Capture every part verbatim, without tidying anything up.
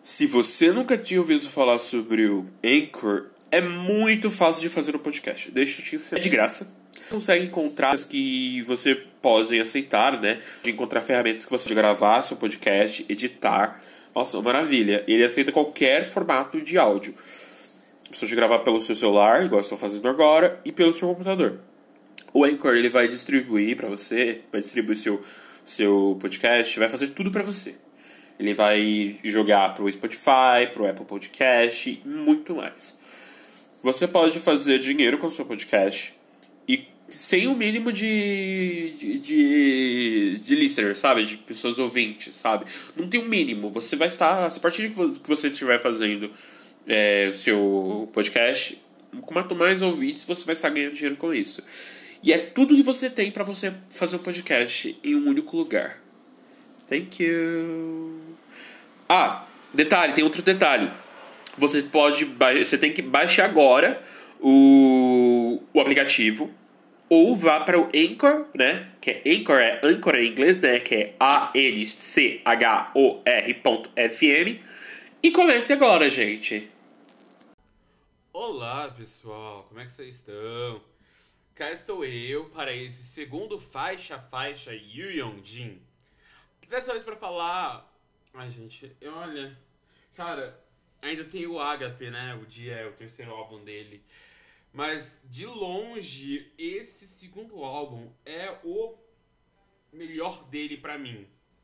Se você nunca tinha ouvido falar sobre o Anchor, é muito fácil de fazer um podcast. Deixa eu te ensinar. É de graça. Você consegue encontrar as que você pode aceitar, né? De encontrar ferramentas que você pode gravar seu podcast, editar. Nossa, maravilha. Ele aceita qualquer formato de áudio. Você pode gravar pelo seu celular, igual eu estou fazendo agora, e pelo seu computador. O Anchor, ele vai distribuir para você, vai distribuir seu, seu podcast, vai fazer tudo para você. Ele vai jogar pro Spotify, pro Apple Podcast e muito mais. Você pode fazer dinheiro com o seu podcast e sem o mínimo de, de, de, de listeners, sabe? De pessoas ouvintes, sabe? Não tem um mínimo. Você vai estar, a partir de que você estiver fazendo é, o seu podcast, quanto mais ouvintes, você vai estar ganhando dinheiro com isso. E é tudo que você tem para você fazer um podcast em um único lugar. Thank you. Ah, detalhe, tem outro detalhe. Você pode, você tem que baixar agora o, o aplicativo ou vá para o Anchor, né? Que é Anchor, é Anchor em inglês, né? Que é A N C H O R ponto F M e comece agora, gente. Olá, pessoal, como é que vocês estão? Cá estou eu para esse segundo faixa faixa Yuyeonjin. Dessa vez para falar... Ai, gente, olha... Cara, ainda tem o Agape, né? O dia é o terceiro álbum dele. Mas, de longe, esse segundo álbum é o melhor dele pra mim.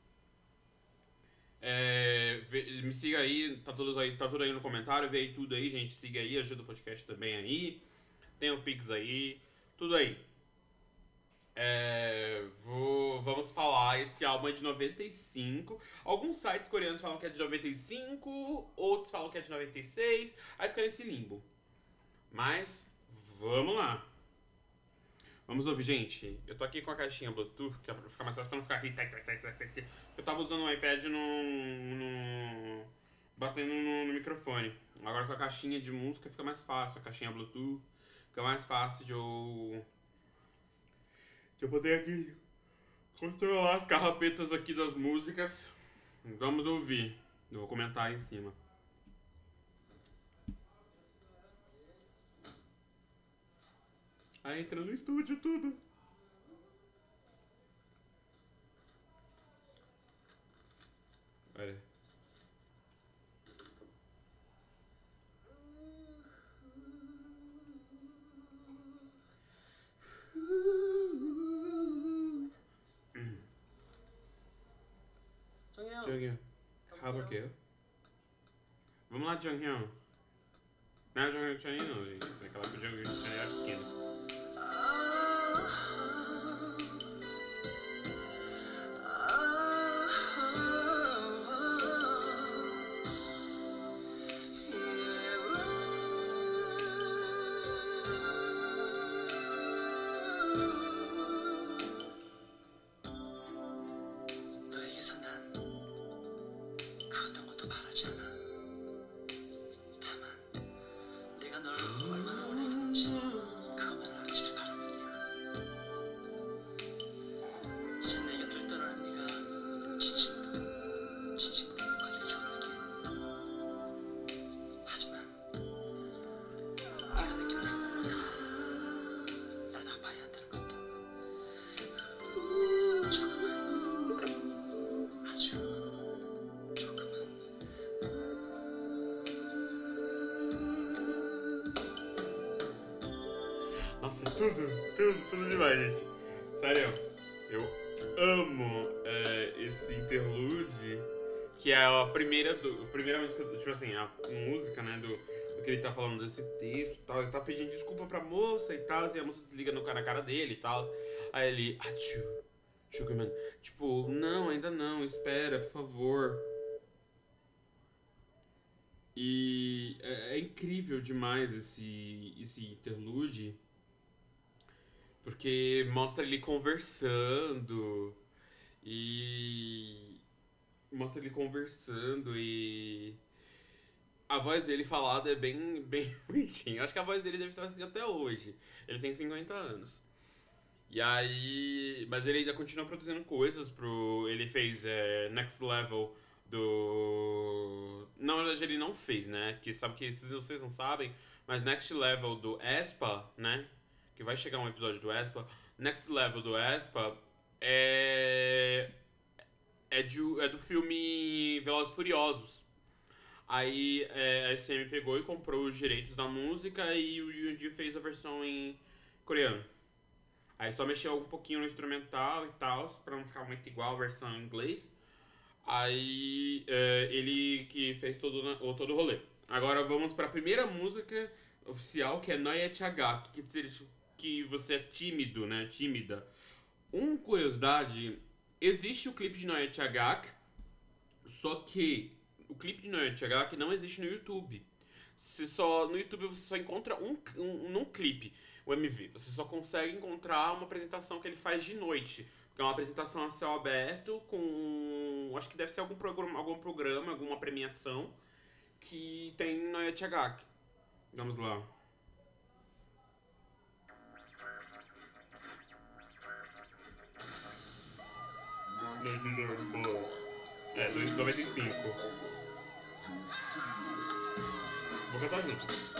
É, me siga aí, tá tudo aí, tá tudo aí no comentário, vê aí tudo aí, gente. Siga aí, ajuda o podcast também aí. Tem o Pix aí, tudo aí. É, vou, vamos falar, esse álbum é de noventa e cinco. Alguns sites coreanos falam que é de noventa e cinco, outros falam que é de noventa e seis. Aí fica nesse limbo. Mas, vamos lá. Vamos ouvir, gente. Eu tô aqui com a caixinha Bluetooth, que é pra ficar mais fácil, pra não ficar aqui. Tac, tac, tac, tac, tac. Eu tava usando o iPad no, no, batendo no, no microfone. Agora com a caixinha de música fica mais fácil. A caixinha Bluetooth fica mais fácil de eu... Eu poder aqui controlar as carrapetas aqui das músicas. Vamos ouvir. Eu vou comentar aí em cima. Aí entra no estúdio tudo. Olha. Junghyun, calma aqui. Vamos lá, Junghyun. Não é o Junghyun Chani não, gente. Naquela que o Junghyun Chani era pequeno. Nossa, tudo, tudo, tudo demais, gente. Sério, eu amo é, esse interlude, que é a primeira, do, a primeira música, tipo assim, a música, né, do, do que ele tá falando desse texto e tal. Ele tá pedindo desculpa pra moça e tal, e a moça desliga no, na cara dele e tal. Aí ele, atchu, Sugarman, tipo, não, ainda não, espera, por favor. E é, é incrível demais esse, esse interlude. Porque mostra ele conversando e... Mostra ele conversando e... A voz dele falada é bem, bem bonitinha. Acho que a voz dele deve estar assim até hoje. Ele tem cinquenta anos. E aí... Mas ele ainda continua produzindo coisas pro... Ele fez é, Next Level do... Na verdade, ele não fez, né? Que sabe que se vocês não sabem, mas Next Level do aespa, né? Que vai chegar um episódio do aespa. Next Level do aespa é. É, de, é do filme Velozes e Furiosos. Aí é, a S M pegou e comprou os direitos da música e o Yoonji fez a versão em coreano. Aí só mexeu um pouquinho no instrumental e tal, pra não ficar muito igual a versão em inglês. Aí é, ele que fez todo, o, todo o rolê. Agora vamos pra primeira música oficial, que é Noye Chaga, que quer dizer que você é tímido, né? Tímida. Uma curiosidade, existe o clipe de Noye Chagak, só que o clipe de Noye Chagak não existe no YouTube. Você só, no YouTube você só encontra um, um, um, um clipe, o M V. Você só consegue encontrar uma apresentação que ele faz de noite. Que é uma apresentação a céu aberto com... Acho que deve ser algum programa, algum programa, alguma premiação que tem Noye Chagak. Vamos lá. É, noventa e cinco. Vou cantar junto.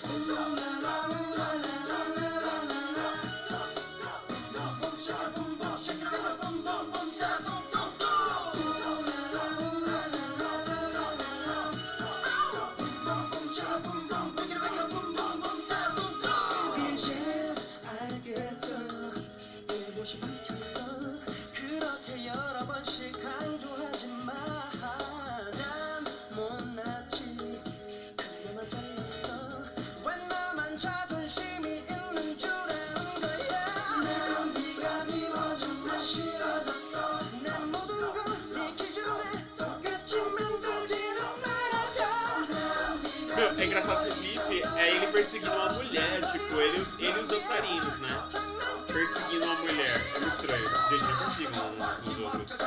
É engraçado que o clipe é ele perseguindo uma mulher, tipo, ele, ele e os dançarinos, né? Perseguindo uma mulher. É muito estranho. Gente, não persigam uns dos outros.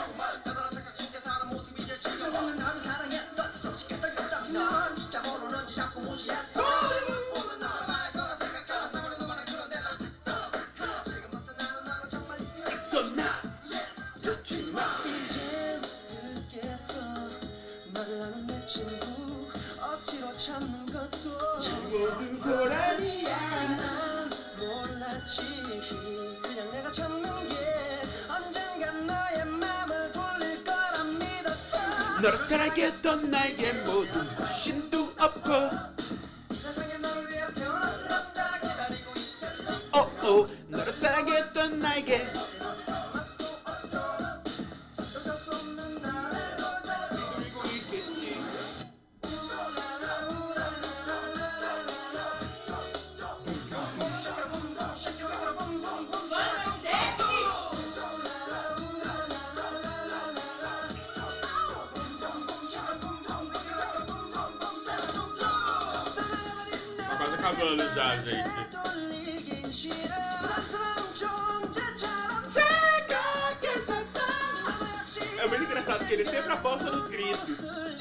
너를 사랑했던 나에게 모든 것인도 없고 오오 너를 사랑했던 나에게 acabando já, gente. É muito engraçado que ele sempre aposta nos gritos.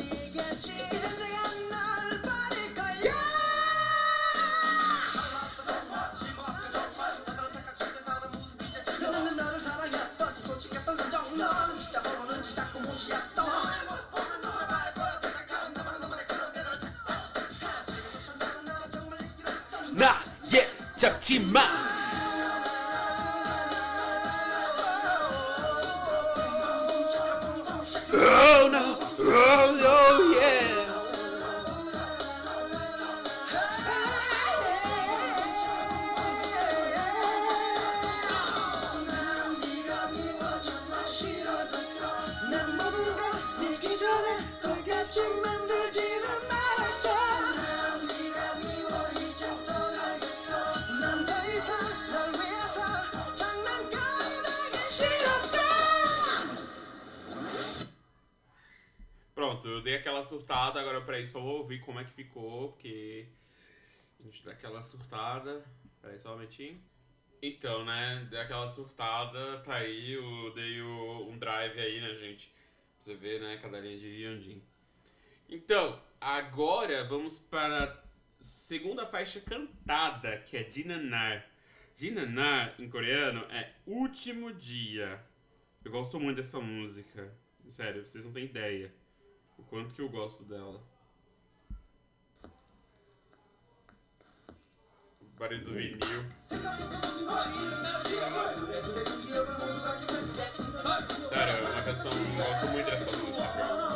나, 예, 잡지 마! Oh no, oh no, yeah! Pronto, eu dei aquela surtada, agora peraí, só vou ouvir como é que ficou, porque a gente deu aquela surtada. Peraí, só um momentinho. Então, né, dei aquela surtada, tá aí, eu dei o, um drive aí, né, gente? Pra você ver, né, cada linha de Yeonjin. Então, agora vamos para a segunda faixa cantada, que é Jinanar. Jinanar, em coreano, é Último Dia. Eu gosto muito dessa música. Sério, vocês não têm ideia o quanto que eu gosto dela. barulho do vinil. Sério, é uma canção, eu gosto muito dessa música.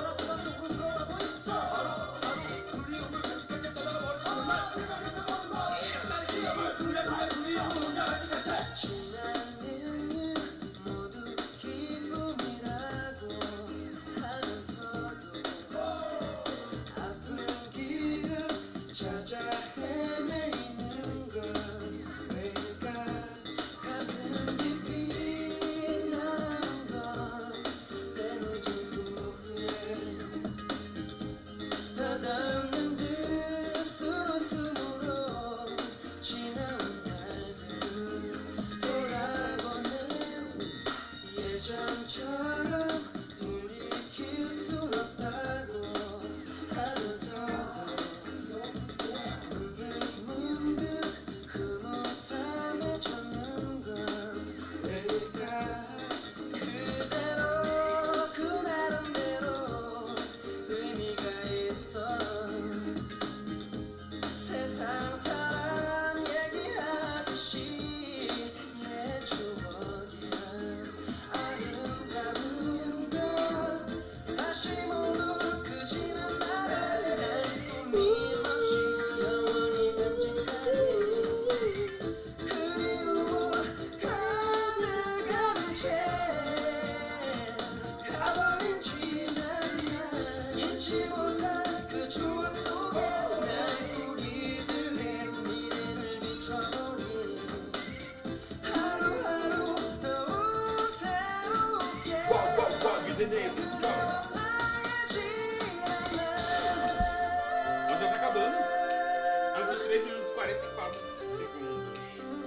Mas já tá acabando. Mas uns três minutos e quarenta e quatro segundos.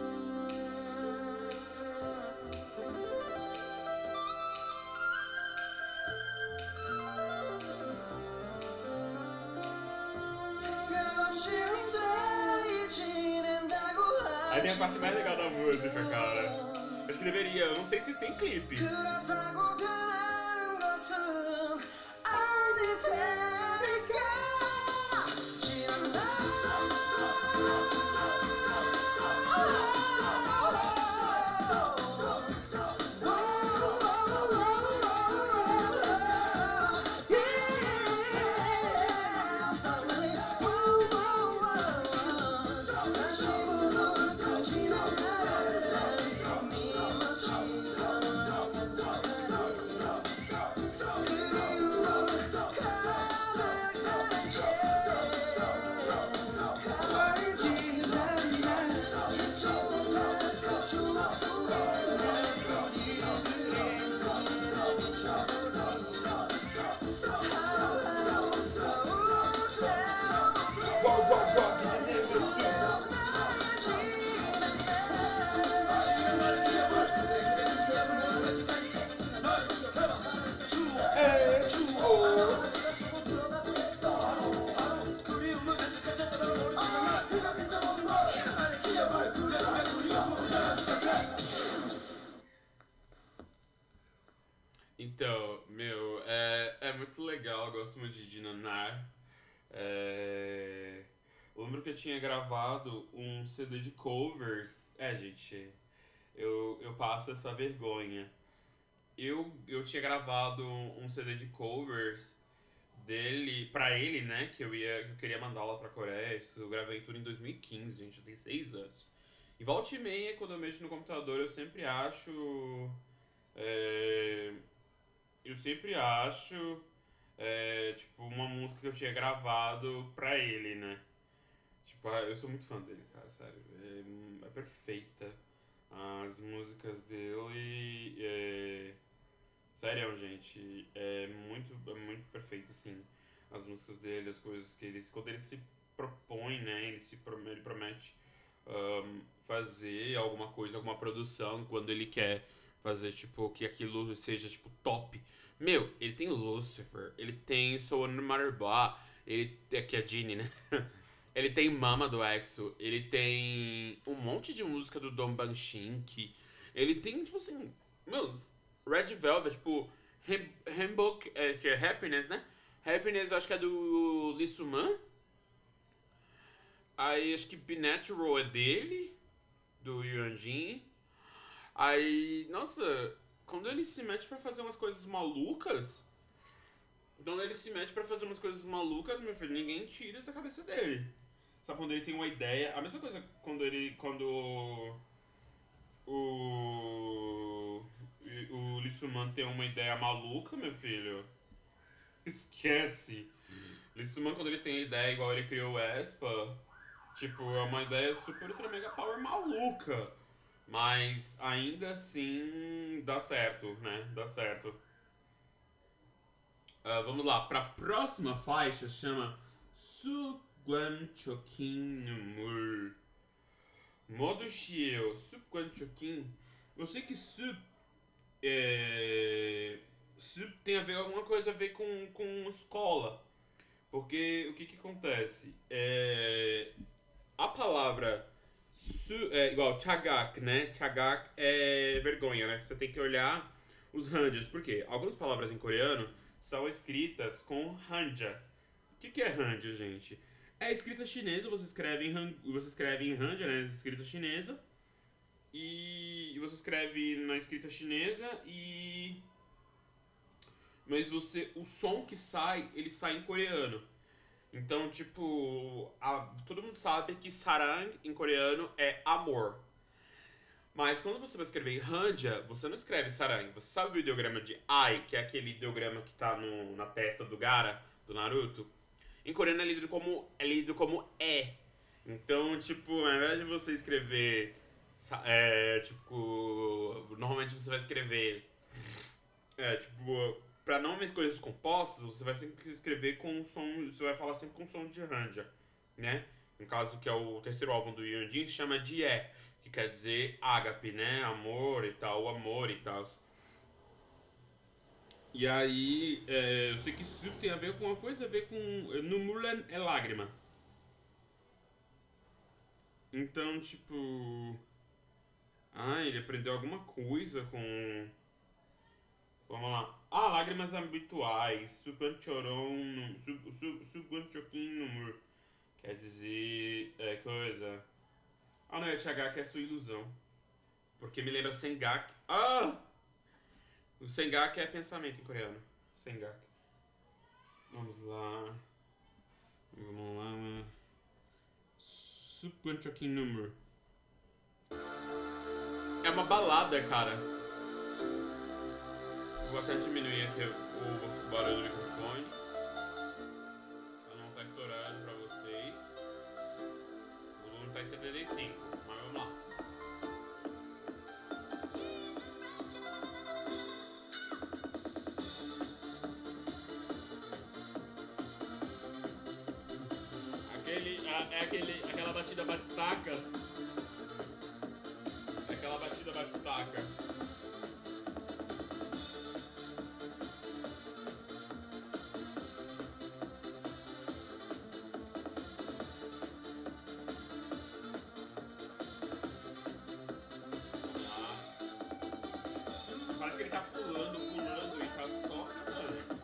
Aí tem a parte mais legal da música, cara. Acho que deveria, eu não sei se tem clipe. Então, meu, é, é muito legal, eu gosto muito de Dinanar. É, eu lembro que eu tinha gravado um C D de covers. É, gente, eu, eu passo essa vergonha. Eu, eu tinha gravado um C D de covers dele, pra ele, né, que eu, ia, que eu queria mandar lá pra Coreia. Isso, eu gravei tudo em dois mil e quinze, gente, eu tenho seis anos. E volta e meia, quando eu mexo no computador, eu sempre acho... É, eu sempre acho, é, tipo, uma música que eu tinha gravado pra ele, né? Tipo, eu sou muito fã dele, cara, sério. É, é perfeita as músicas dele. É, sério, gente, é muito, é muito perfeito, sim. As músicas dele, as coisas que ele... Quando ele se propõe, né? Ele, se, ele promete um, fazer alguma coisa, alguma produção, quando ele quer... fazer, tipo, que aquilo seja, tipo, top. Meu, ele tem Lucifer, ele tem So No Matter Blah, ele... Aqui é a Genie, né? Ele tem Mama do EXO, ele tem um monte de música do Don Banshink. Ele tem, tipo assim... Meu, Red Velvet, tipo... Handbook, é, que é Happiness, né? Happiness, eu acho que é do Lee Suman. Aí acho que Be Natural é dele, do Yuan Jin. Aí, nossa, quando ele se mete pra fazer umas coisas malucas, quando ele se mete pra fazer umas coisas malucas, meu filho, ninguém tira da cabeça dele. Sabe, quando ele tem uma ideia, a mesma coisa quando ele, quando o, o Lee Soo-man tem uma ideia maluca, meu filho, esquece. Lee Soo-man, quando ele tem a ideia igual ele criou o Aespa, tipo, é uma ideia super ultra mega power maluca. Mas ainda assim dá certo, né? Dá certo. Uh, vamos lá, pra próxima faixa chama Sugwan Chokin Numur. Modo Shieo, Sugwan Chokin. Eu sei que Sub é, Sub tem a ver alguma coisa a ver com, com escola. Porque o que que acontece? É, a palavra su, é igual chagak, né? Chagak é vergonha, né? Que você tem que olhar os hanjas. Por quê? Algumas palavras em coreano são escritas com hanja. O que que é hanja, gente? É escrita chinesa, você escreve em, han, você escreve em hanja, né? Escrita chinesa. E você escreve na escrita chinesa e... Mas você, o som que sai, ele sai em coreano. Então, tipo, a, todo mundo sabe que sarang em coreano é amor. Mas quando você vai escrever em hanja, você não escreve sarang. Você sabe o ideograma de ai, que é aquele ideograma que tá no, na testa do Gaara, do Naruto? Em coreano é lido como é. Lido como é. Então, tipo, ao invés de você escrever... É, tipo... Normalmente você vai escrever... É, tipo... Pra nomes coisas compostas, você vai sempre escrever com som... Você vai falar sempre com som de hanja, né? No caso, que é o terceiro álbum do Yuan Jin, chama de é, que quer dizer ágape, né? Amor e tal, amor e tal. E aí, é, eu sei que isso tem a ver com uma coisa a ver com... No Mulan é lágrima. Então, tipo... Ah, ele aprendeu alguma coisa com... Vamos lá. Ah, lágrimas habituais. Subanchoron... Subanchokin numur. Quer dizer... É, coisa... Ah, não, é Chagak, é sua ilusão. Porque me lembra Sengak. Ah! O Sengak é pensamento em coreano. Sengak. Vamos lá. Vamos lá. Subanchokin numur. É uma balada, cara. Vou até diminuir aqui o, o barulho do microfone pra não estar estourando pra vocês. O volume tá em setenta e cinco, mas vamos lá. Aquele, a, é aquele, aquela batida batistaca. É aquela batida batistaca. Parece que ele tá pulando, pulando e tá só cantando.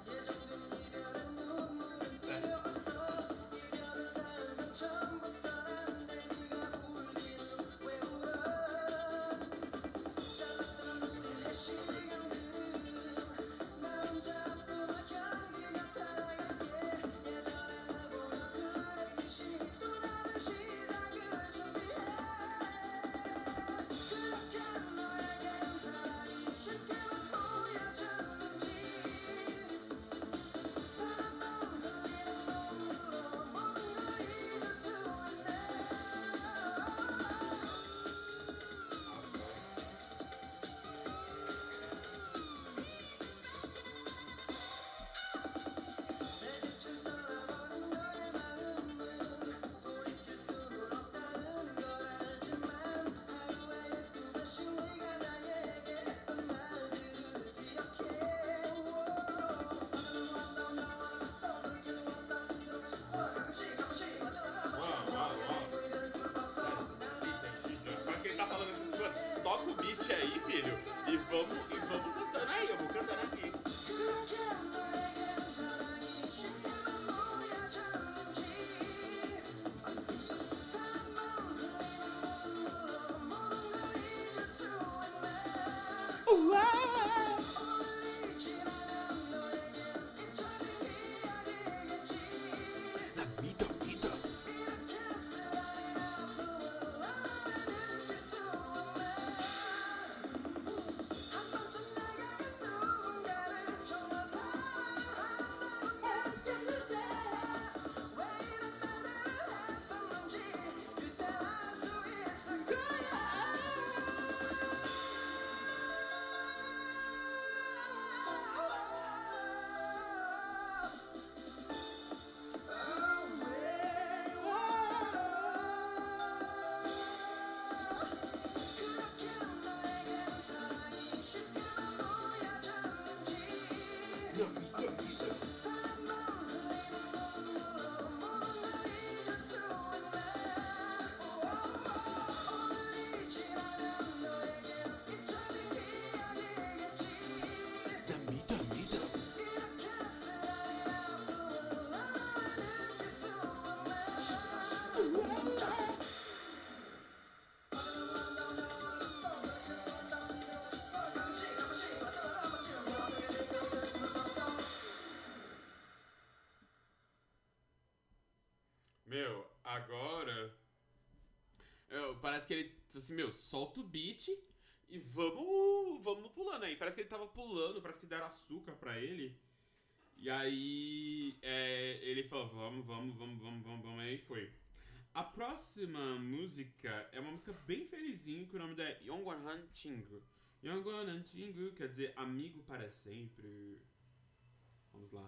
Meu, agora... Eu, parece que ele, assim, meu, solta o beat e vamos, vamos pulando aí. Parece que ele tava pulando, parece que deram açúcar pra ele. E aí é, ele falou, vamos, vamos, vamos, vamos, vamos, vamos, aí foi. A próxima música é uma música bem felizinha, que o nome é Yongwan Hunting. Yongwan Hunting quer dizer amigo para sempre. Vamos lá.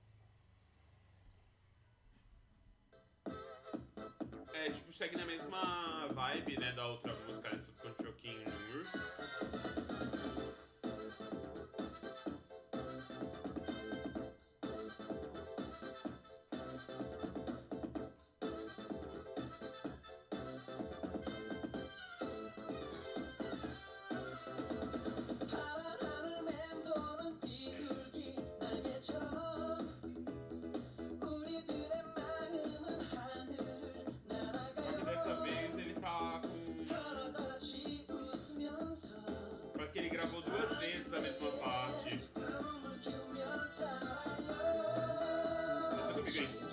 É, tipo, segue na mesma vibe, né, da outra música, essa com Choquinho no muro. Que ele gravou duas vezes a mesma parte. Canta comigo aí.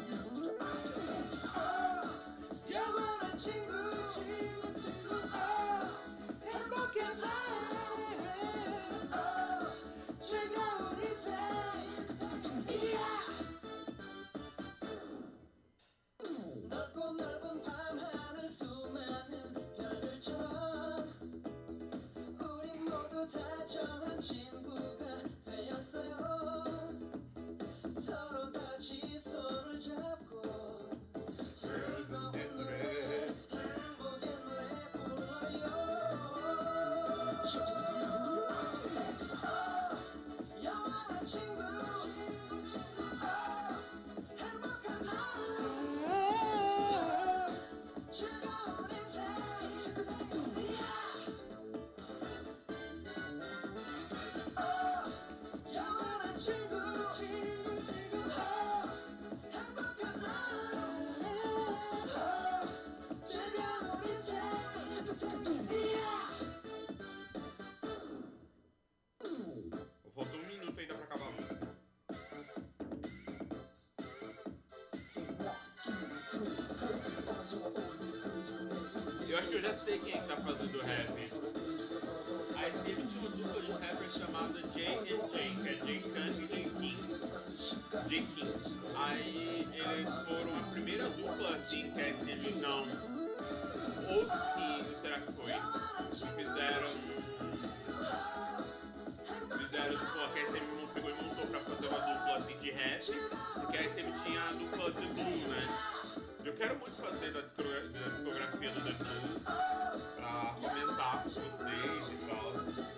Faltou um minuto ainda pra acabar a música. Eu acho que eu já sei quem é que tá fazendo o rap. A S M tinha uma dupla de rapper chamada Jay and Jay, que é Jay Kang e Jay King. Jay King. Aí eles foram a primeira dupla assim que a S M não. Ou sim, será que foi? Fizeram. Fizeram tipo a S M pegou e montou pra fazer uma dupla assim de rap. Porque a S M tinha a dupla The Blue, né? Eu quero muito fazer da discografia, da discografia do The Blue pra comentar com vocês e tal.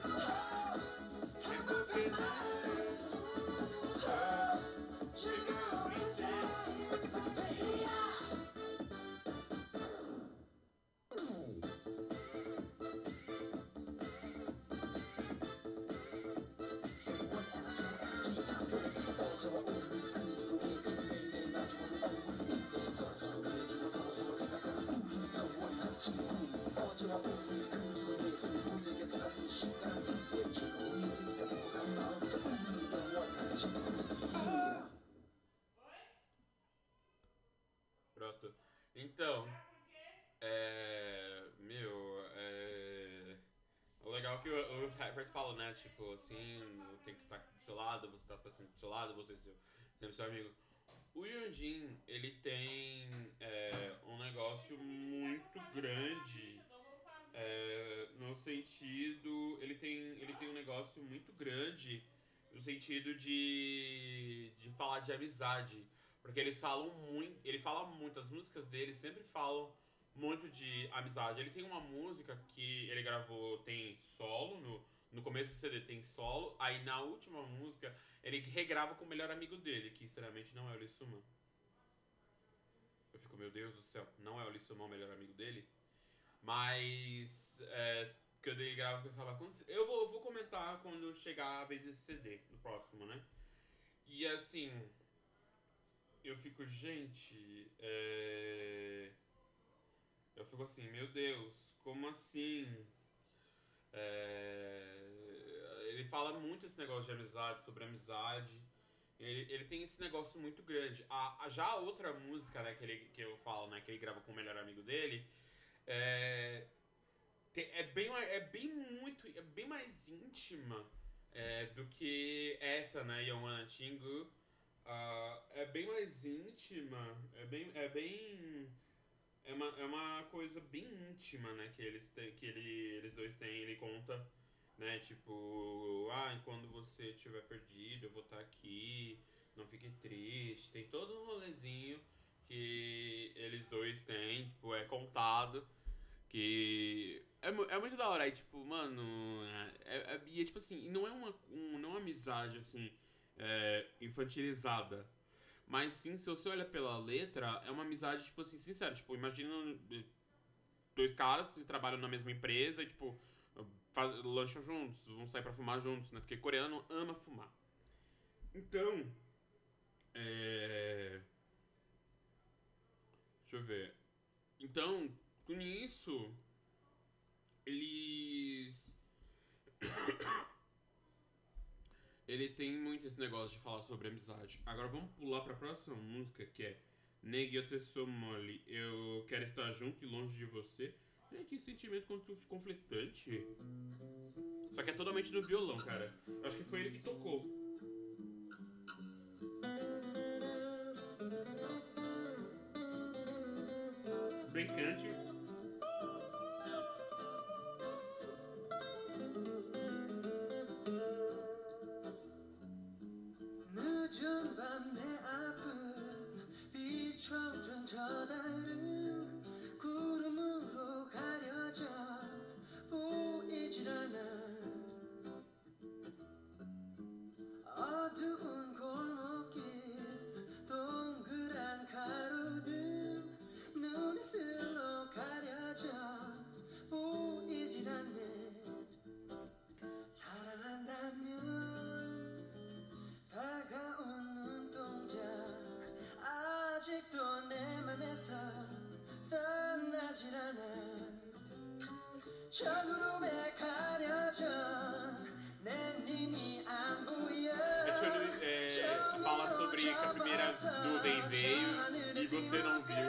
Pronto. Então, é... Meu, é... O legal é que os rappers falam, né? Tipo, assim, eu tenho que estar do seu lado, você tá sempre do seu lado, você é seu, sempre seu amigo. O Yunjin, ele tem é, um negócio muito grande, é, no sentido... Ele tem, ele tem um negócio muito grande no sentido de, de falar de amizade. Porque eles falam muito, ele fala muito, as músicas dele sempre falam muito de amizade. Ele tem uma música que ele gravou, tem solo, no, no começo do C D tem solo, aí na última música ele regrava com o melhor amigo dele, que sinceramente não é o Lee Soo-man. Eu fico, meu Deus do céu, não é o Lee Soo-man o melhor amigo dele? Mas, é, quando ele grava com essa banda, eu vou, eu vou comentar quando chegar a vez desse C D, no próximo, né? E assim... Eu fico, gente, é... Eu fico assim, meu Deus, como assim? É... Ele fala muito esse negócio de amizade, sobre amizade. Ele, ele tem esse negócio muito grande. A, a, já a outra música, né, que, ele, que eu falo, né, que ele grava com o melhor amigo dele, é, tem, é, bem, é bem muito, é bem mais íntima é, do que essa, né, Yomana Chingu. Uh, é bem mais íntima, é bem, é bem, é uma, é uma coisa bem íntima, né, que eles têm, que ele, eles dois têm. Ele conta, né, tipo, ah, quando você estiver perdido, eu vou estar aqui, não fique triste. Tem todo um rolezinho que eles dois têm, tipo, é contado, que é, mu- é muito da hora. Aí, tipo, mano, é, é, é- e é, tipo assim, não é uma, um, não é uma amizade, assim, é, infantilizada. Mas sim, se você olha pela letra, é uma amizade, tipo assim, sincera. Tipo, imagina dois caras que trabalham na mesma empresa e, tipo, faz, lancham juntos, vão sair pra fumar juntos, né? Porque coreano ama fumar. Então, é... deixa eu ver. Então, com isso, eles... Ele tem muito esse negócio de falar sobre amizade. Agora vamos pular pra próxima música, que é Negyote Somoli. Eu quero estar junto e longe de você. É, que sentimento conflitante. Só que é totalmente no violão, cara. Eu acho que foi ele que tocou. Brincante. 늦은 밤 내 앞을 비춰준 저 달은 구름으로 가려져 보이질 않아 어두운 골목길 동그란 가로등 눈이 슬로 가려져 보이질 않네 사랑한다면 다가온 눈동자 아직도 내 맘에서 떠나질 않아 저 구름에 가려져 내 님이 안 보여 É, fala sobre que a primeira nuvem veio e você não viu.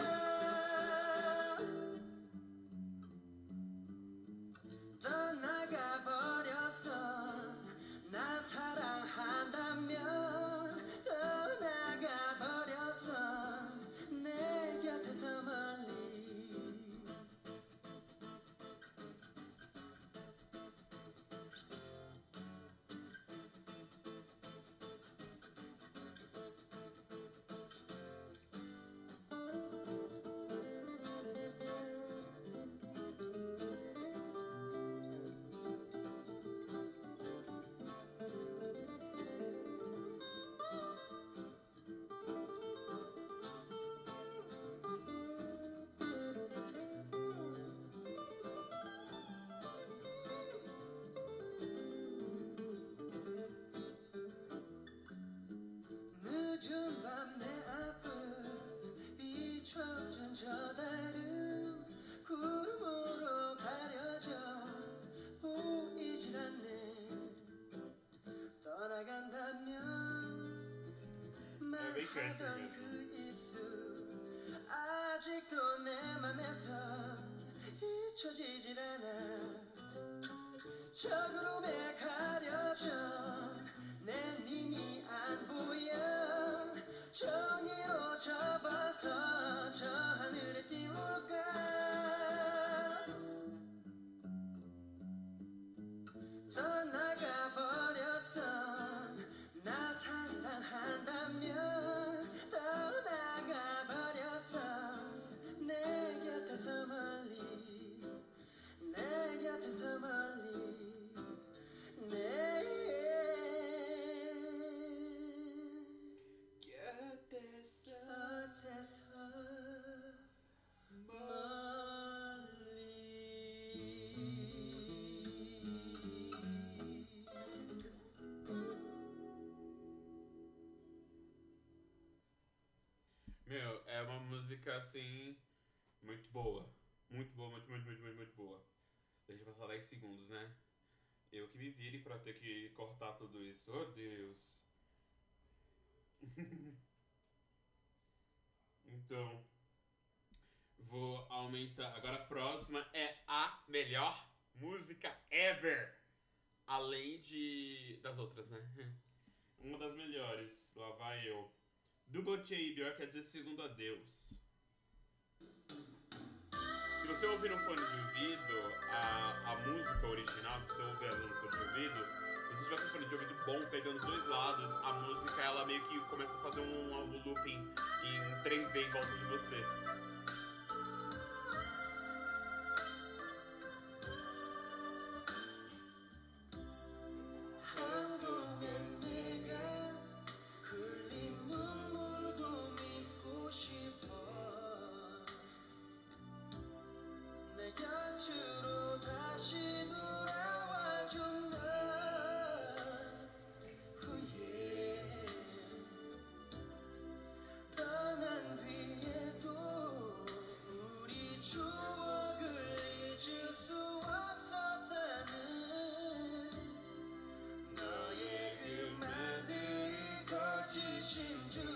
떠나가 버렸어 날 사랑한다면 떠나가 버렸어 내 곁에서 멀리 늦은 밤 내 앞을 비춰준 저 달은 구름으로 가려져 보이질 않네 떠나간다면 말하던 그 입술 아직도 내 맘에서 잊혀지질 않아 저 구름에 가려져 내 님이 안 보여 정의로 접어서 저 하늘에 띄울까 떠나가 버렸어 나 사랑한다면 떠나가 버렸어 내 곁에서 멀리 내 곁에서 멀리 내 곁에서 멀리 Meu, é uma música assim muito boa. Muito boa, muito, muito, muito, muito, muito boa. Deixa eu passar dez segundos, né? Eu que me vire pra ter que cortar tudo isso. Oh, Deus. Então, vou aumentar. Agora a próxima é a melhor música ever. Além de das outras, né? Uma das melhores. Lá vai eu. Do Butcher e Björk, quer dizer Segundo a Deus. Se você ouvir no fone de ouvido a, a música original, se você ouvir ela no fone de ouvido, se você tiver com um fone de ouvido bom, pegando os dois lados, a música ela meio que começa a fazer um, um looping em três D em volta de você. 한동안 내가 흘린 눈물도 믿고 싶어 내 곁으로 다시 돌아와준 널 후에 떠난 뒤에도 우리 추억을 잊을 수 없었다는 너의 그 말들이 거짓인 줄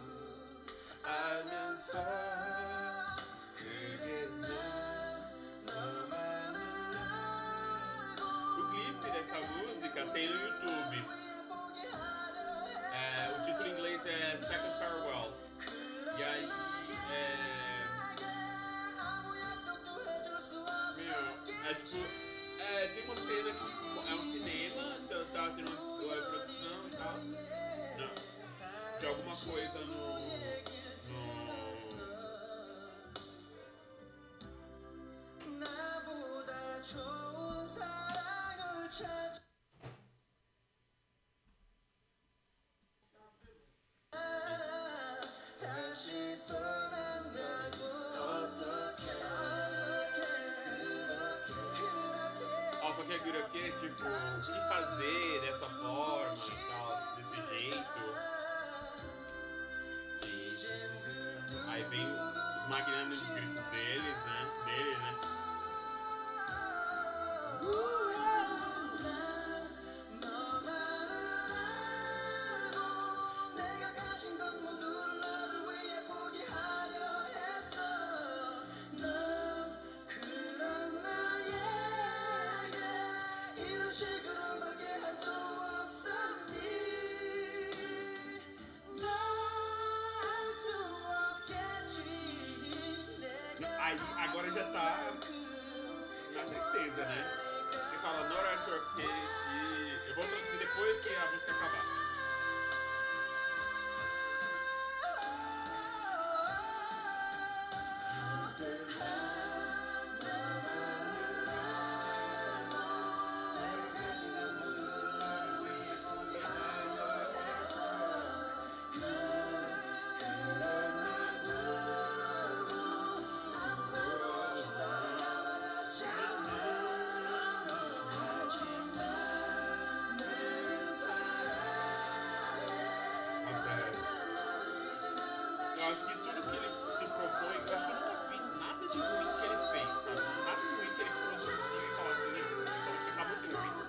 알면서 그래 난 너만을 알고 O clipe dessa música tem no YouTube. É, o título em inglês é Second Farewell. E aí, é... Meu, é tipo... É, tem uma cena que tipo, é um cinema, tá, tá tendo uma, uma produção e tal. Não, de alguma coisa no... no... 나보다 좋은 사랑을 찾아 다시 떠난다고 어떻게 Ó, porque Gurake, tipo, o que fazer dessa forma e tal, desse jeito. E aí vem os magnânicos gritos deles, né? Dele, né? 내가 가진 건 모두 너를 위해 포기하려 했어 넌 그런 나에게 이런 식으로밖에 할 수 없었니 너 할 수 없겠지 내가 Aí agora já tá na tristeza, né? Ele fala, Not I Surprise. Eu vou traduzir depois que a música acabar. Nossa, é. Eu acho que tudo que ele se propõe, eu acho que eu nunca vi nada de ruim que ele fez, cara. Nada de ruim que ele produziu e falou assim, essa música tá muito ruim.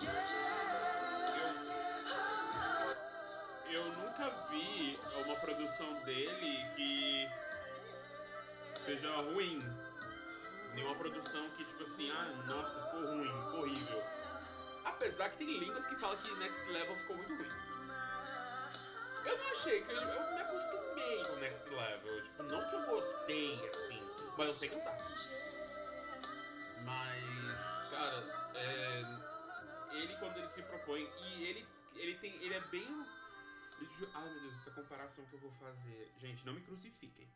Eu, eu nunca vi uma produção dele que seja ruim. Nenhuma produção que, tipo assim, ah, nossa, ficou ruim, ficou horrível. Apesar que tem línguas que falam que Next Level ficou muito ruim. Eu não achei, que eu, eu me acostumei com Next Level. Tipo, não que eu gostei, assim, mas eu sei cantar. Mas, cara, é, ele quando ele se propõe, e ele, ele tem, ele é bem... Ai, meu Deus, essa comparação que eu vou fazer. Gente, não me crucifiquem.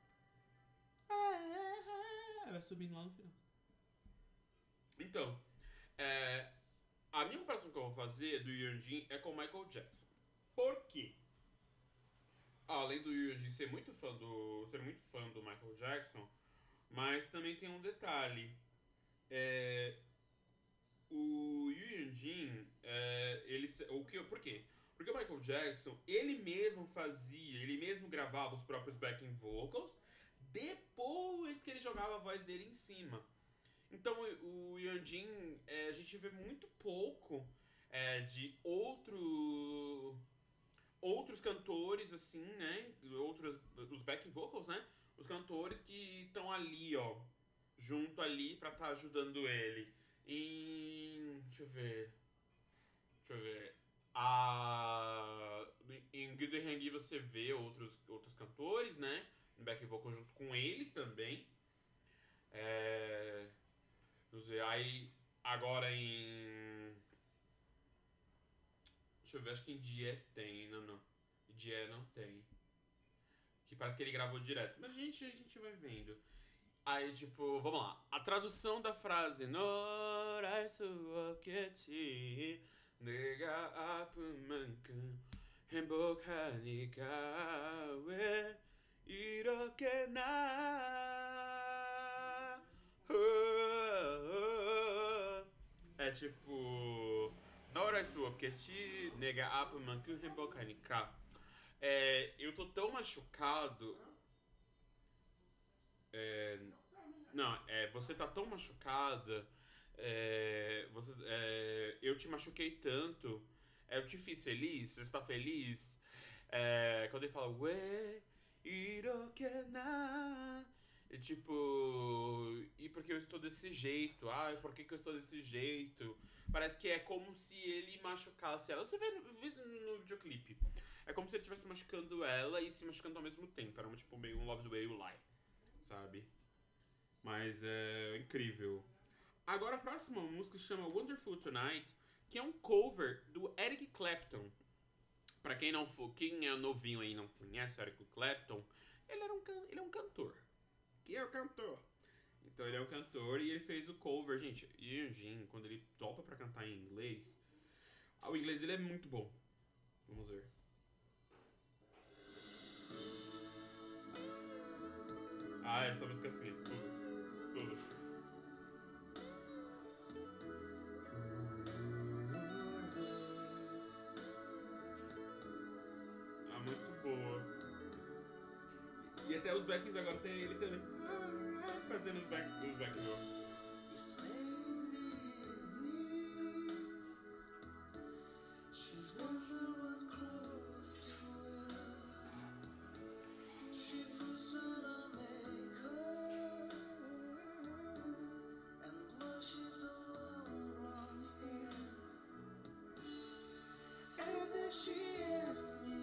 Vai subindo lá no final. Então, é, a minha comparação que eu vou fazer do Yeonjin é com o Michael Jackson. Por quê? Além do Yeonjin ser muito fã do ser muito fã do Michael Jackson, mas também tem um detalhe. É, o Yeonjin, é, ele o que por quê? Porque o Michael Jackson, ele mesmo fazia, ele mesmo gravava os próprios backing vocals depois que ele jogava a voz dele em cima. Então o Yeonjin, é, a gente vê muito pouco é, de outro outros cantores, assim, né? Outros, os back vocals, né? Os cantores que estão ali, ó. Junto ali pra estar tá ajudando ele. Em... Deixa eu ver... Deixa eu ver... A... Em Good Hang você vê outros, outros cantores, né? No back vocal junto com ele também. É... Não sei, aí... Agora em... Deixa eu ver, acho que em Die tem, não, não. Die não tem. Que parece que ele gravou direto. Mas a gente, a gente vai vendo. Aí, tipo, vamos lá. A tradução da frase Nora suoketi Nega apumankan Henbokanika we Iroke na É tipo Nora suoketi Nega apumankan Henbokanika. É, eu tô tão machucado. É, não, é, você tá tão machucada. É, você, é, eu te machuquei tanto. É, eu te fiz feliz. Você está feliz? É, quando ele fala Ué, irokena. E tipo. E porque eu estou desse jeito? Ah, por que, que eu estou desse jeito? Parece que é como se ele machucasse ela. Você vê no, vê no videoclipe. É como se ele estivesse machucando ela e se machucando ao mesmo tempo. Era um, tipo, meio um Love the Way You Lie. Sabe? Mas é incrível. Agora a próxima música se chama Wonderful Tonight, que é um cover do Eric Clapton. Pra quem não for, quem é novinho aí e não conhece o Eric Clapton, ele, era um, ele é um cantor. Que é o cantor? Então ele é um cantor e ele fez o cover, gente. E o Jim, quando ele topa pra cantar em inglês, o inglês dele é muito bom. Vamos ver. Ah, essa música assim, tudo, tudo. Ah, muito boa. E até os backings agora tem ele também. Fazendo os back, os back vocals. It's late in the evening. She's wondering what clothes to wear. She puts on her makeup and blushes her long brown hair. And then she asks me,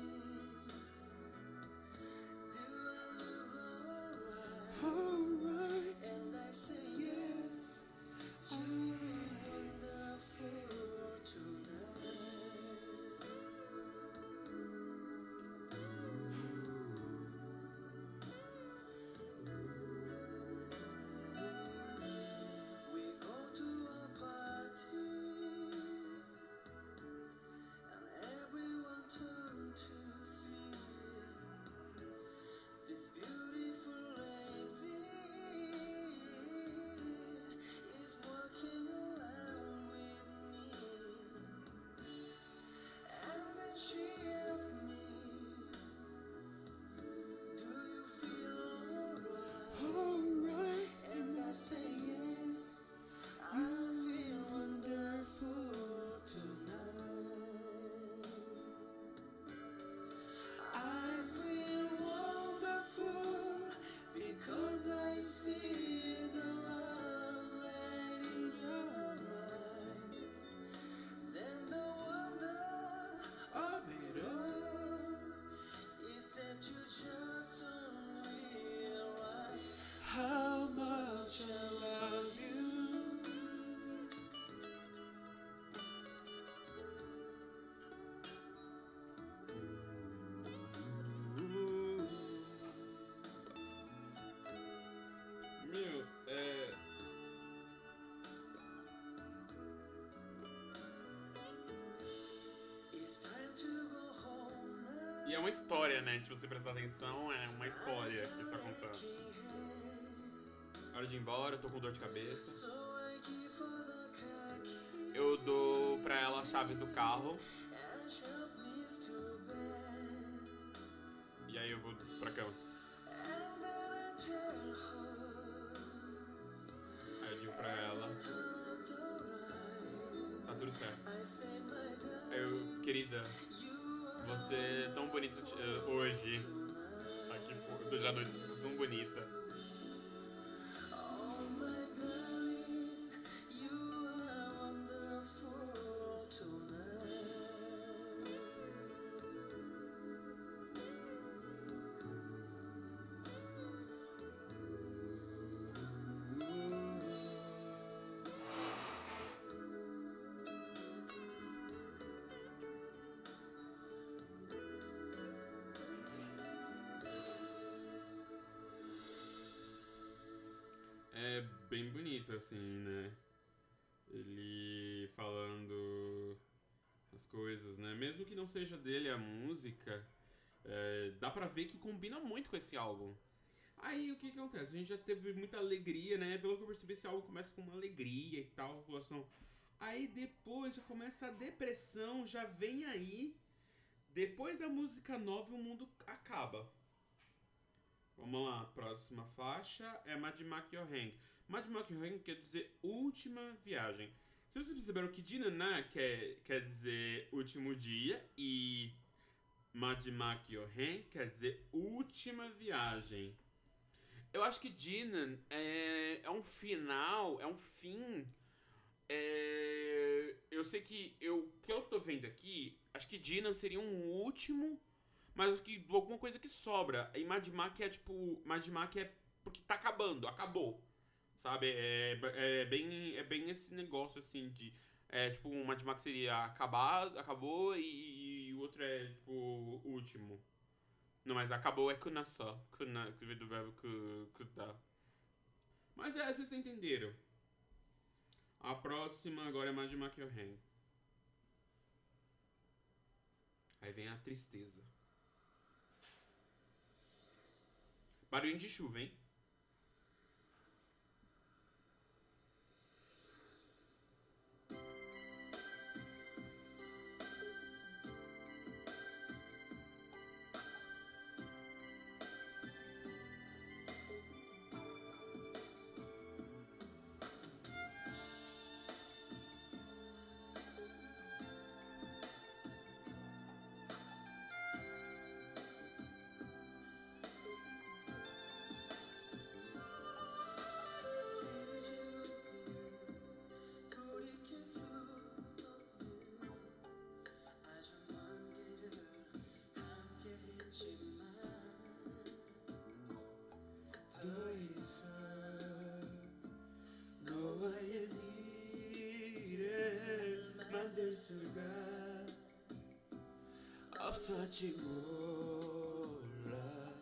do I look alright? And I say yes, you're wonderful tonight. We go to a party and everyone turned to see this beautiful lady is walking around with me. And then she asked me, do you feel alright? Alright. And I say yes, I feel wonderful tonight. I feel wonderful because I see the love light in your eyes. Then the wonder of it all is that you just don't realize how much I love you. Meu, é. It's time to go home now. E é uma história, né? Se você prestar atenção, é uma história que tá contando. Hora de ir embora, eu tô com dor de cabeça. So I give her the khaki Eu dou pra ela as chaves do carro. and shove me to bed. E aí eu vou pra cama. And then I tell her, Aí eu digo pra ela, turned alright. tá tudo certo. I say, my Aí darling, eu, querida, you are Você é tão bonita eh, hoje. Aqui fo- hoje à noite você tá tão bonita. Oh my darling, you are wonderful tonight. É bem bonito, assim, né? Ele falando as coisas, né? Mesmo que não seja dele a música, é, dá pra ver que combina muito com esse álbum. Aí o que, que acontece? A gente já teve muita alegria, né? Pelo que eu percebi, esse álbum começa com uma alegria e tal, a população. Aí depois já começa a depressão, já vem aí. Depois da música nova, o mundo acaba. Vamos lá, próxima faixa é Mad Mac Your Hang. Mad Mac Your Hang quer dizer última viagem. Se vocês perceberam que Dinaná quer, quer dizer último dia e Mad Mac Your Hang quer dizer última viagem. Eu acho que Dinan é, é um final, é um fim. É, eu sei que eu, pelo que eu tô vendo aqui, acho que Dinan seria um último, mas acho que alguma coisa que sobra. E Mad Max é tipo, Mad Max é porque tá acabando, acabou. Sabe? É, é, bem, é bem esse negócio assim de. É tipo, um Mad Max seria acabar, acabou e, e o outro é tipo o último. Não, mas acabou é kuna só. Kuna, que vem do verbo ku- kuta. Mas é, vocês entenderam. A próxima agora é Mad Max Your Hang. Aí vem a tristeza. Barulho de chuva, hein? 돌이킬 수 없는 아주 먼 길을 함께 했지만 더 이상 너와의 미래를 만들 수가 없었지 몰라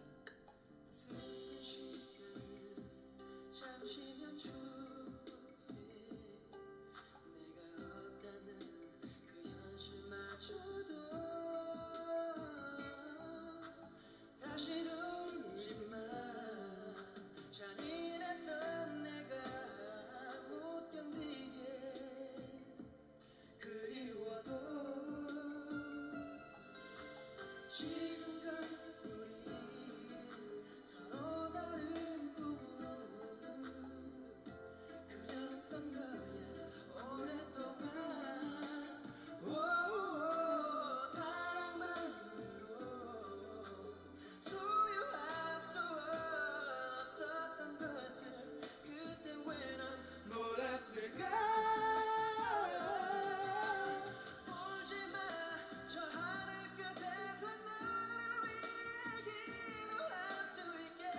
순식간 잠시면 추억해 내가 없다는 그 현실마저도 다시 울지마 잔인했던 내가 못 견디게 그리워도 지금껏 우리 서로 다른 꿈으로는 그렸던 거야 오랫동안 오, 사랑만으로 소유할 수 없었던 것을 그때 왜 넌 몰랐을까 울지마 저 하늘 끝에서 너를 위해 기도할 수 있게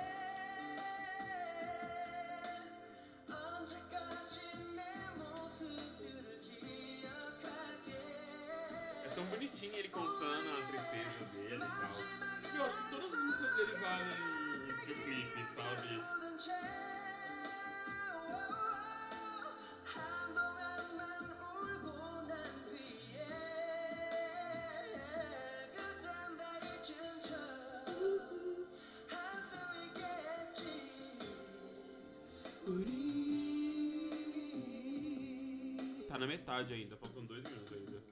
언제까지 내 모습들을 기억할게 É tão bonitinho ele contando a tristeza dele e tal. Eu acho que todas as músicas dele valem videoclipe, sabe? 모든 채 한동안만 울고 난 뒤에 그땐 다 잊은 척할 수 있겠지 우리 Tá na metade ainda, faltam dois minutos ainda.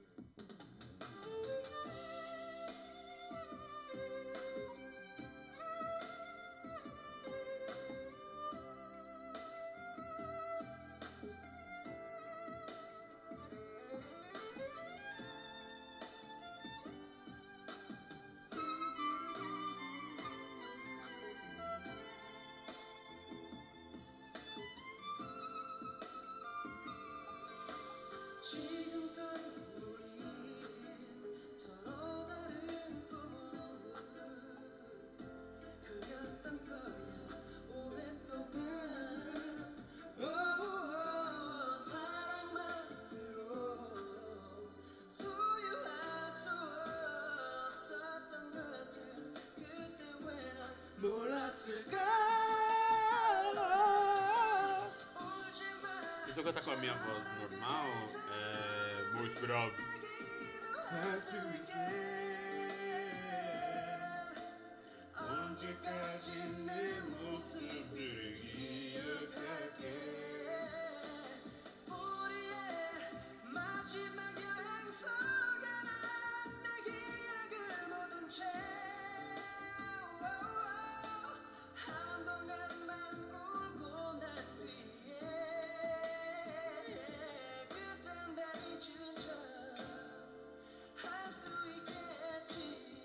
지금껏 우린 서로 다른 꿈을 그렸던 거야 오랫동안. 오, 사랑만으로 소유할 수 없었던 것을 그때 왜 난 몰랐을까. E se eu cantar com a minha voz normal, é muito grave. 언제까지 내 모습을 기억할게. 우리의 마지막 여행 속에 난 내 기억을 모든 채 한동안만 울고 난 뒤에 그땐 다 잊은 척 할 수 있겠지.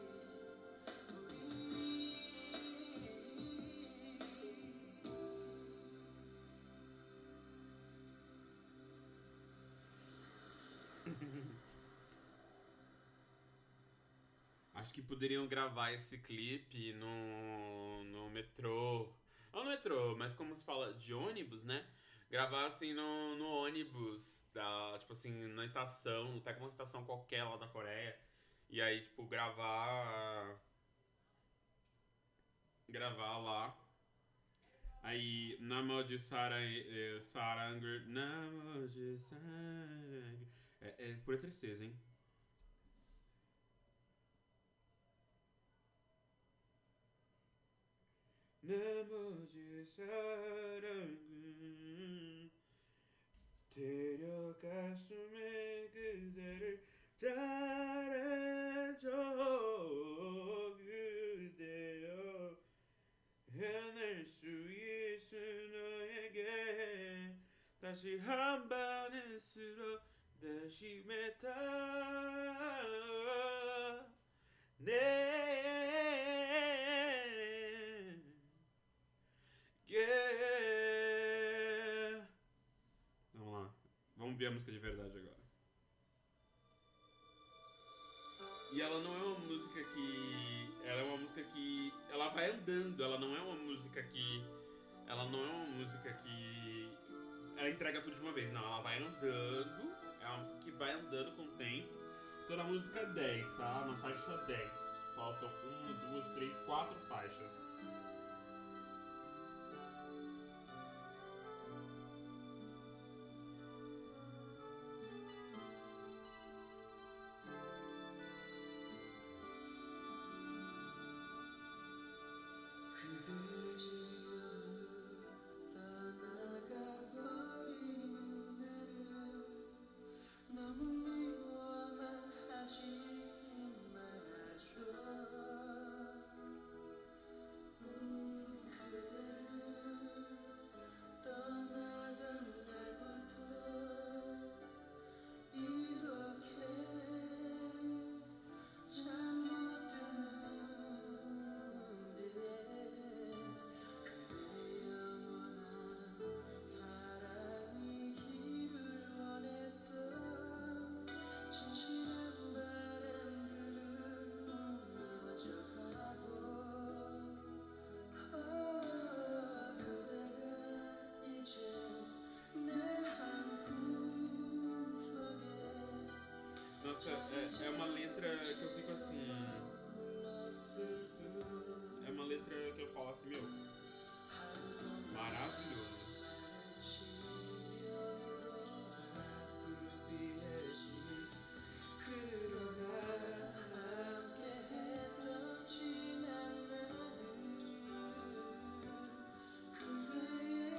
Acho que poderiam gravar esse clipe no, no metrô. Não no metrô, mas como se fala de ônibus, né? Gravar assim no, no ônibus, da, tipo assim, na estação, pega uma estação qualquer lá da Coreia. E aí, tipo, gravar. Gravar lá. Aí, Namoji Sarang. Sarang. Namoji Sarang. É, é pura tristeza, hein? 나머지 사랑은 데려갈 숨에 그대를 따라줘 그대여 해낼 수 있을 너에게 다시 한 번은 쓰러 다시 메타 네 Yeah. Vamos lá. Vamos ver a música de verdade agora. E ela não é uma música que... Ela é uma música que... Ela vai andando. Ela não é uma música que... Ela não é uma música que... Ela entrega tudo de uma vez. Não, ela vai andando. É uma música que vai andando com o tempo. Tô na música dez, tá? Na faixa dez. Faltam uma, duas, três, quatro faixas. 그댈 지워 떠나가버리는 나를 너무 미워만 하지 말아줘. 음, 그대를 떠나던 날부터 이렇게 잠 못 드는데 그대의 영원한 사랑이기를 원했던 진실한 바람들은 무너져가고 아, 그대가 이제 내 한 구석에 Nossa, é, é uma letra que eu fico assim. É uma letra que eu falo assim, meu. Maravilhoso. 그러나 함께했던 지난 날들 그대의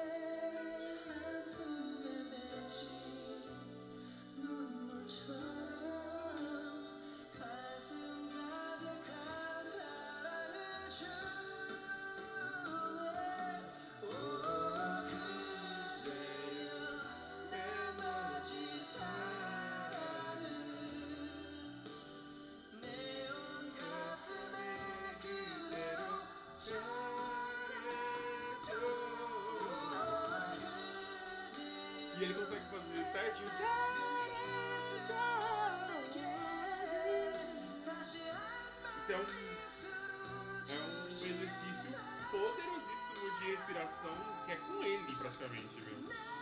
한숨에 맺힌 눈물처럼 가슴 E ele consegue fazer certinho. Isso é um, é um exercício poderosíssimo de respiração que é com ele praticamente, meu.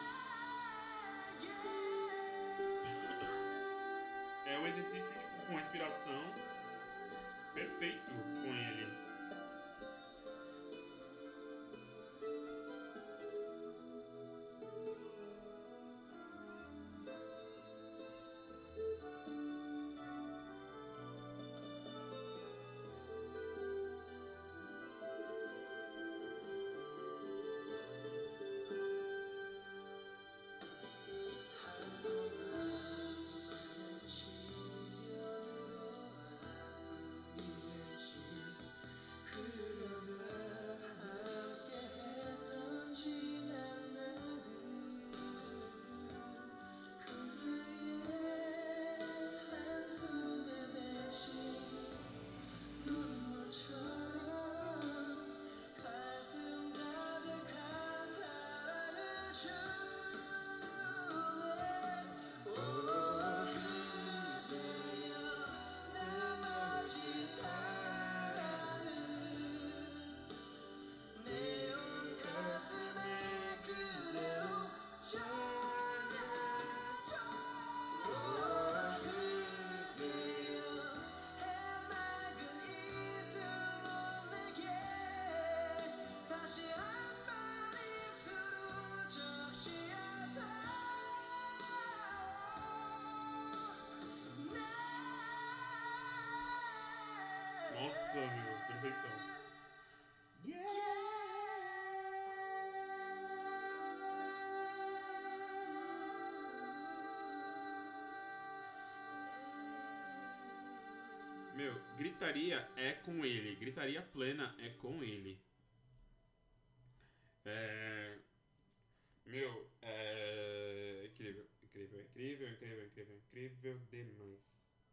É um exercício tipo, com respiração perfeito com ele. Nossa, meu, perfeição. Meu, gritaria é com ele. Gritaria plena é com ele. É... Meu, é... Incrível, incrível, incrível, incrível, incrível, incrível demais.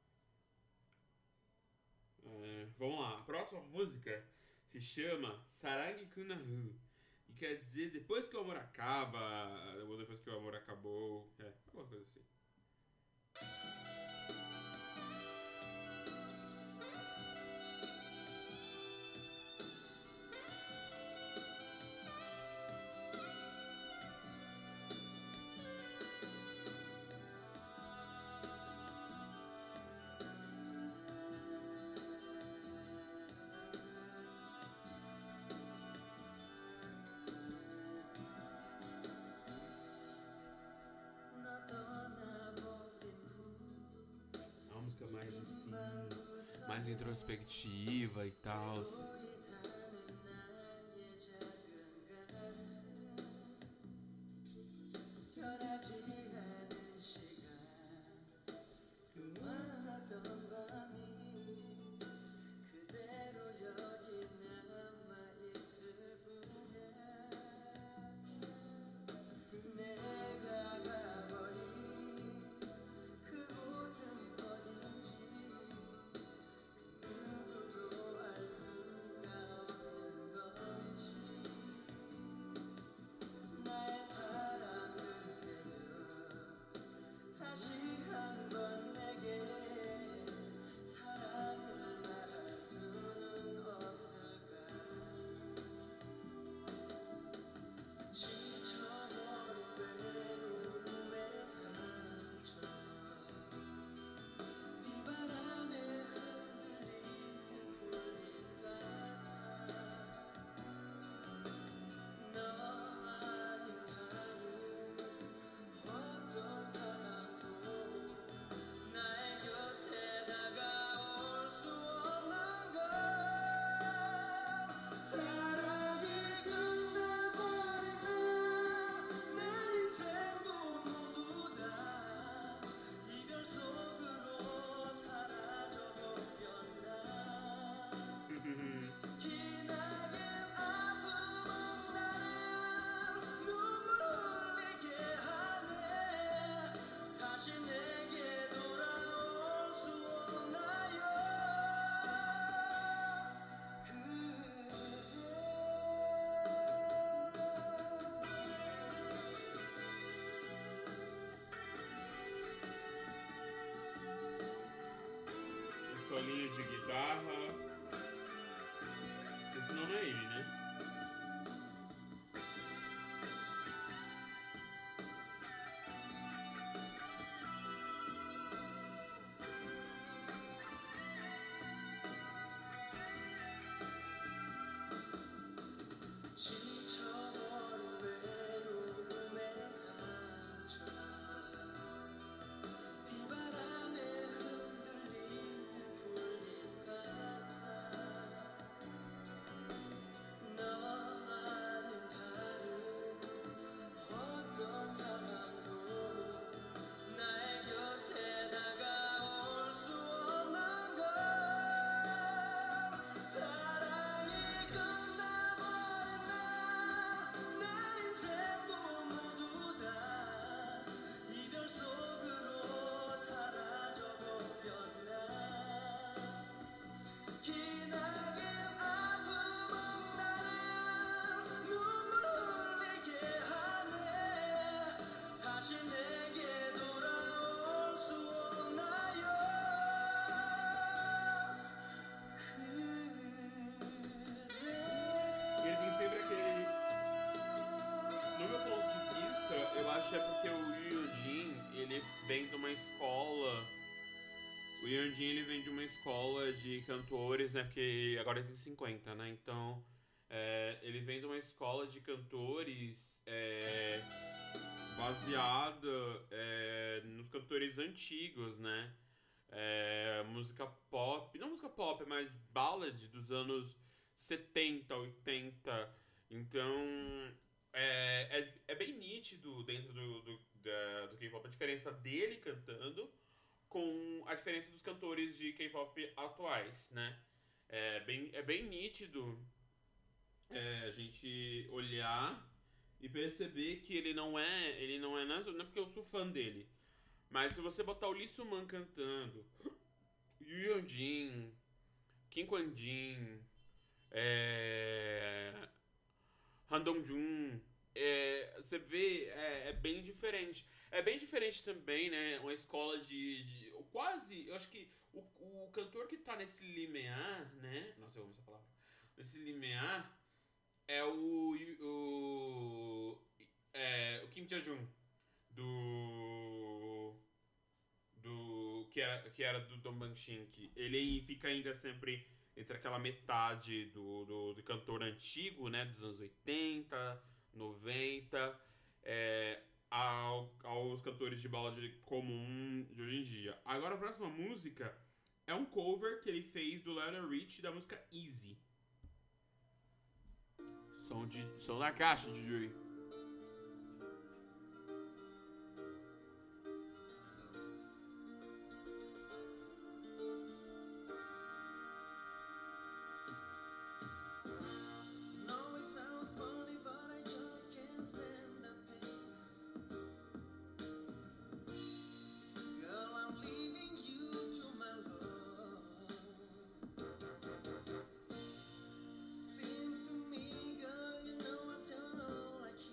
É... Vamos lá, a próxima música se chama Sarang Kunahu. E quer dizer depois que o amor acaba, ou depois que o amor acabou. É, alguma coisa assim. É uma música mais assim, mais introspectiva e tal. escola de cantores, né? Porque agora tem cinquenta, né? Então, é, ele vem de uma escola de cantores é, baseada é, nos cantores antigos, né? É, música pop, não música pop, mas ballad dos anos setenta, oitenta. Então, é, é, é bem nítido dentro do, do, da- do K-pop a diferença dele cantando com a diferença dos cantores de K-pop atuais, né? É bem, é bem nítido é, a gente olhar e perceber que ele não é, ele não é, não é não é porque eu sou fã dele, mas se você botar o Lee Soo-man cantando, Yu Yeon-jin, Kim Kwan-jin, é, Han Dong-jun, é, você vê, é, é bem diferente. É bem diferente também, né? Uma escola de, de- quase, eu acho que o, o cantor que tá nesse limiar, né? Nossa, eu amo essa palavra. Nesse limiar é o, o, é, o Kim Ja-jun do do que era, que era do Don Banshink. Ele fica ainda sempre entre aquela metade do, do, do cantor antigo, né, dos anos oitenta, noventa, é, ao, aos cantores de ballad comum de hoje em dia. Agora a próxima música é um cover que ele fez do Lionel Rich da música Easy. Som, de, som na caixa, D J. No, it sounds funny, but I just can't stand the pain. Girl, I'm leaving you to my love. Seems to me, girl, you know I've done all I can.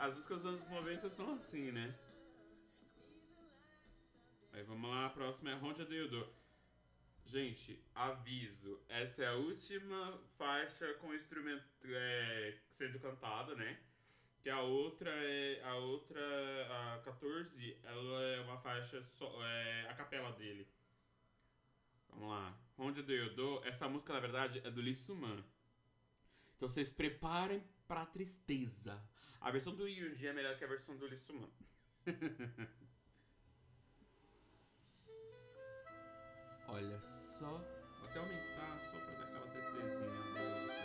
as músicas dos anos noventa são assim, né? Aí vamos lá, a próxima é Ronda do Yodô. Gente, aviso, essa é a última faixa com instrumento é, sendo cantada, né? Que a outra é. A outra, a quatorze, ela é uma faixa só. É a capela dele. Vamos lá. Ronda do Yodô, essa música na verdade é do Lee Suman. Então vocês preparem pra tristeza. A versão do Yoonjin é melhor que a versão do Lee Suman. Olha só. Vou até aumentar só pra dar aquela tristezinha na música.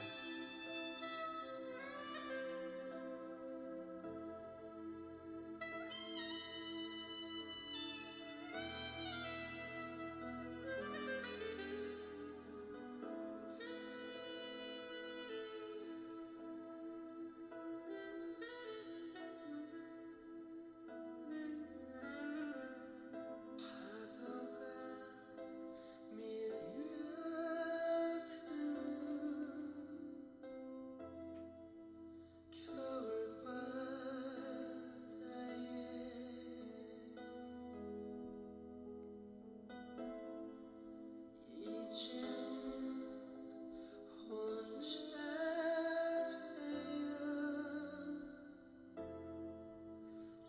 파도가 밀려드는 겨울바다에 이제는 혼자 되어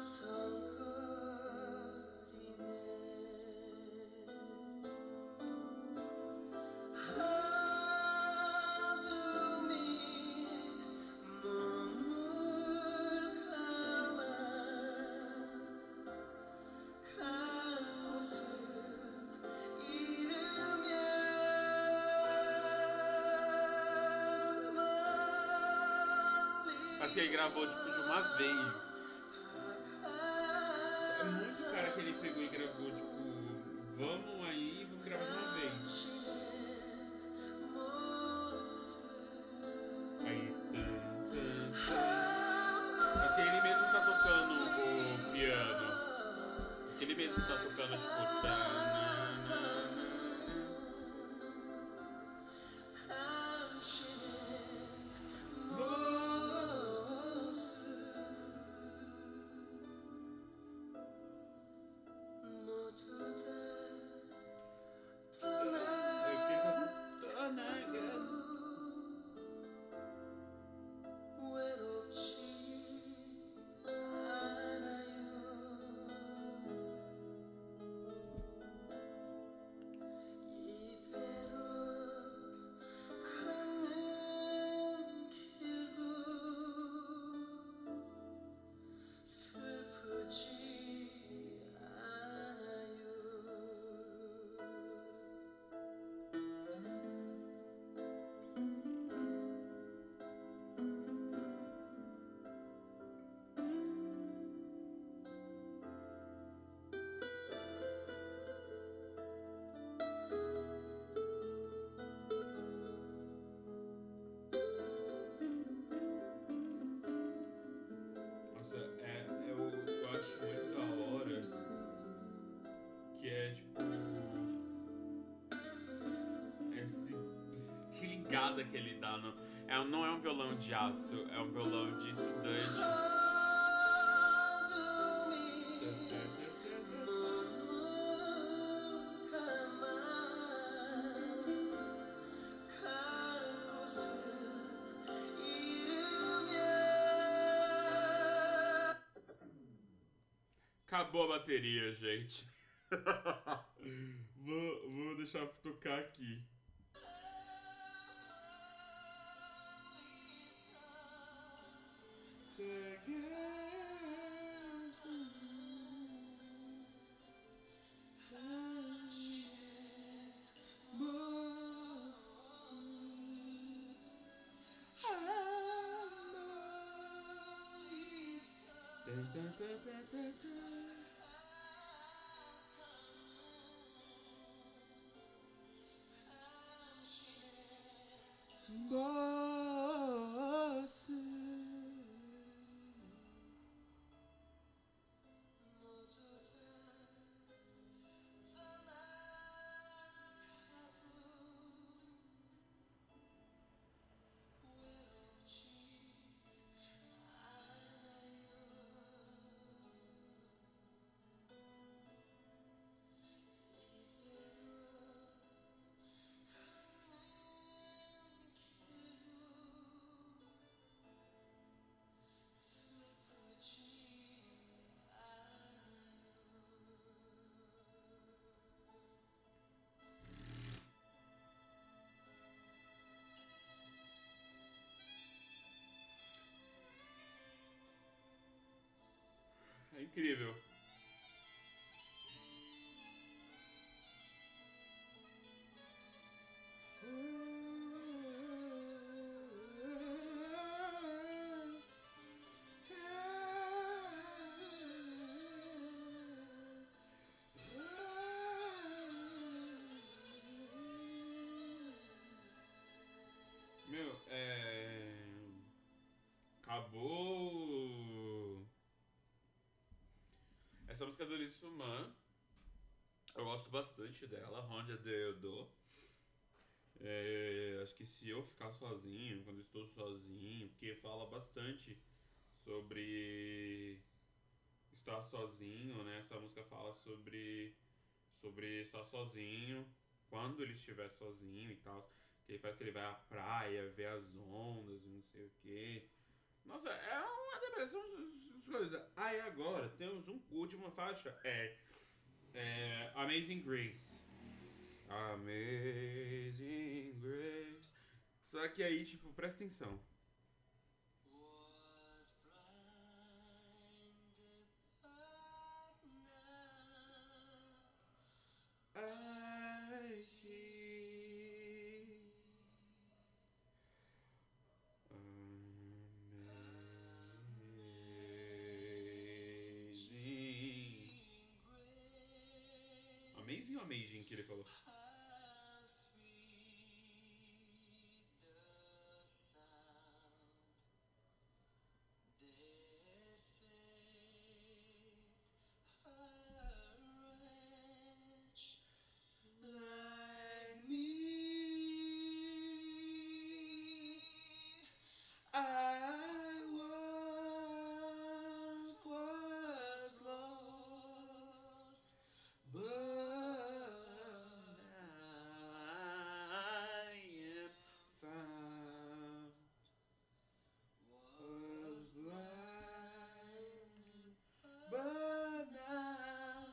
서성거리네. 어둠이 몸을 감아 갈 곳을 잃으면 Mas que ele gravou tipo de uma vez. É muito cara que ele pegou e gravou, tipo, vamos aí, vamos gravar de uma vez. Aí, tan, tan, tan. Mas que ele mesmo tá tocando o piano. Mas que ele mesmo tá tocando, tipo, tan, Nossa, é, eu, eu acho muito da hora que é tipo. Esse, esse estilingada que ele dá. No, é, não é um violão de aço, é um violão de estudante. Acabou a bateria, gente. vou, vou deixar tocar aqui. incrível. Meu, é... Acabou. Essa música do Elis Suman, eu gosto bastante dela, Onde eu dou. É, acho que se eu ficar sozinho, quando eu estou sozinho, porque fala bastante sobre estar sozinho, né? Essa música fala sobre, sobre estar sozinho, quando ele estiver sozinho e tal. Que ele parece que ele vai à praia, ver as ondas e não sei o quê. Nossa, é uma depressão, essas coisas. Aí agora temos um última faixa, é, é Amazing Grace. Amazing Grace. Só que aí, tipo, presta atenção. Was blinded but now I see. Amazing. Amazing ou amazing que ele falou? how sweet the sound they say a wretch like me. I once was lost, but I am found. Was blind, but now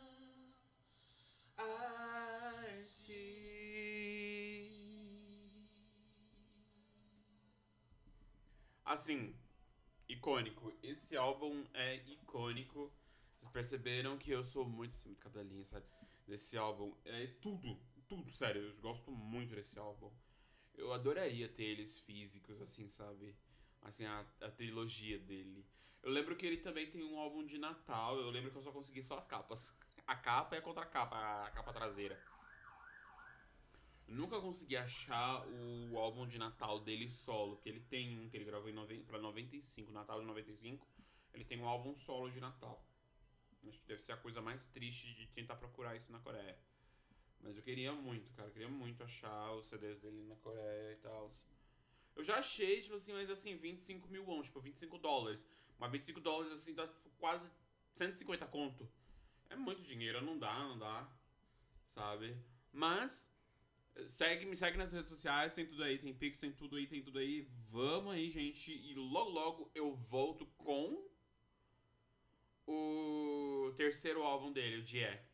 I see. Assim, icônico. Esse álbum é icônico. Vocês perceberam que eu sou muito, assim, muito cadelinha, sabe? Desse álbum. É tudo, tudo, sério. Eu gosto muito desse álbum. Eu adoraria ter eles físicos, assim, sabe? Assim, a, a trilogia dele. Eu lembro que ele também tem um álbum de Natal. Eu lembro que eu só consegui só as capas. A capa e a contracapa, a capa traseira. Eu nunca consegui achar o álbum de Natal dele solo, porque ele tem um que ele gravou em noventa, pra noventa e cinco, Natal de noventa e cinco. Ele tem um álbum solo de Natal. Acho que deve ser a coisa mais triste de tentar procurar isso na Coreia. Mas eu queria muito, cara. Eu queria muito achar os C Ds dele na Coreia e tal. Eu já achei, tipo assim, mas assim, vinte e cinco mil won, tipo, vinte e cinco dólares. Mas vinte e cinco dólares, assim, dá tipo, quase cento e cinquenta conto. É muito dinheiro, não dá, não dá. Sabe? Mas, segue, me segue nas redes sociais, tem tudo aí, tem Pix, tem tudo aí, tem tudo aí. Vamos aí, gente. E logo, logo eu volto com o terceiro álbum dele, o Die.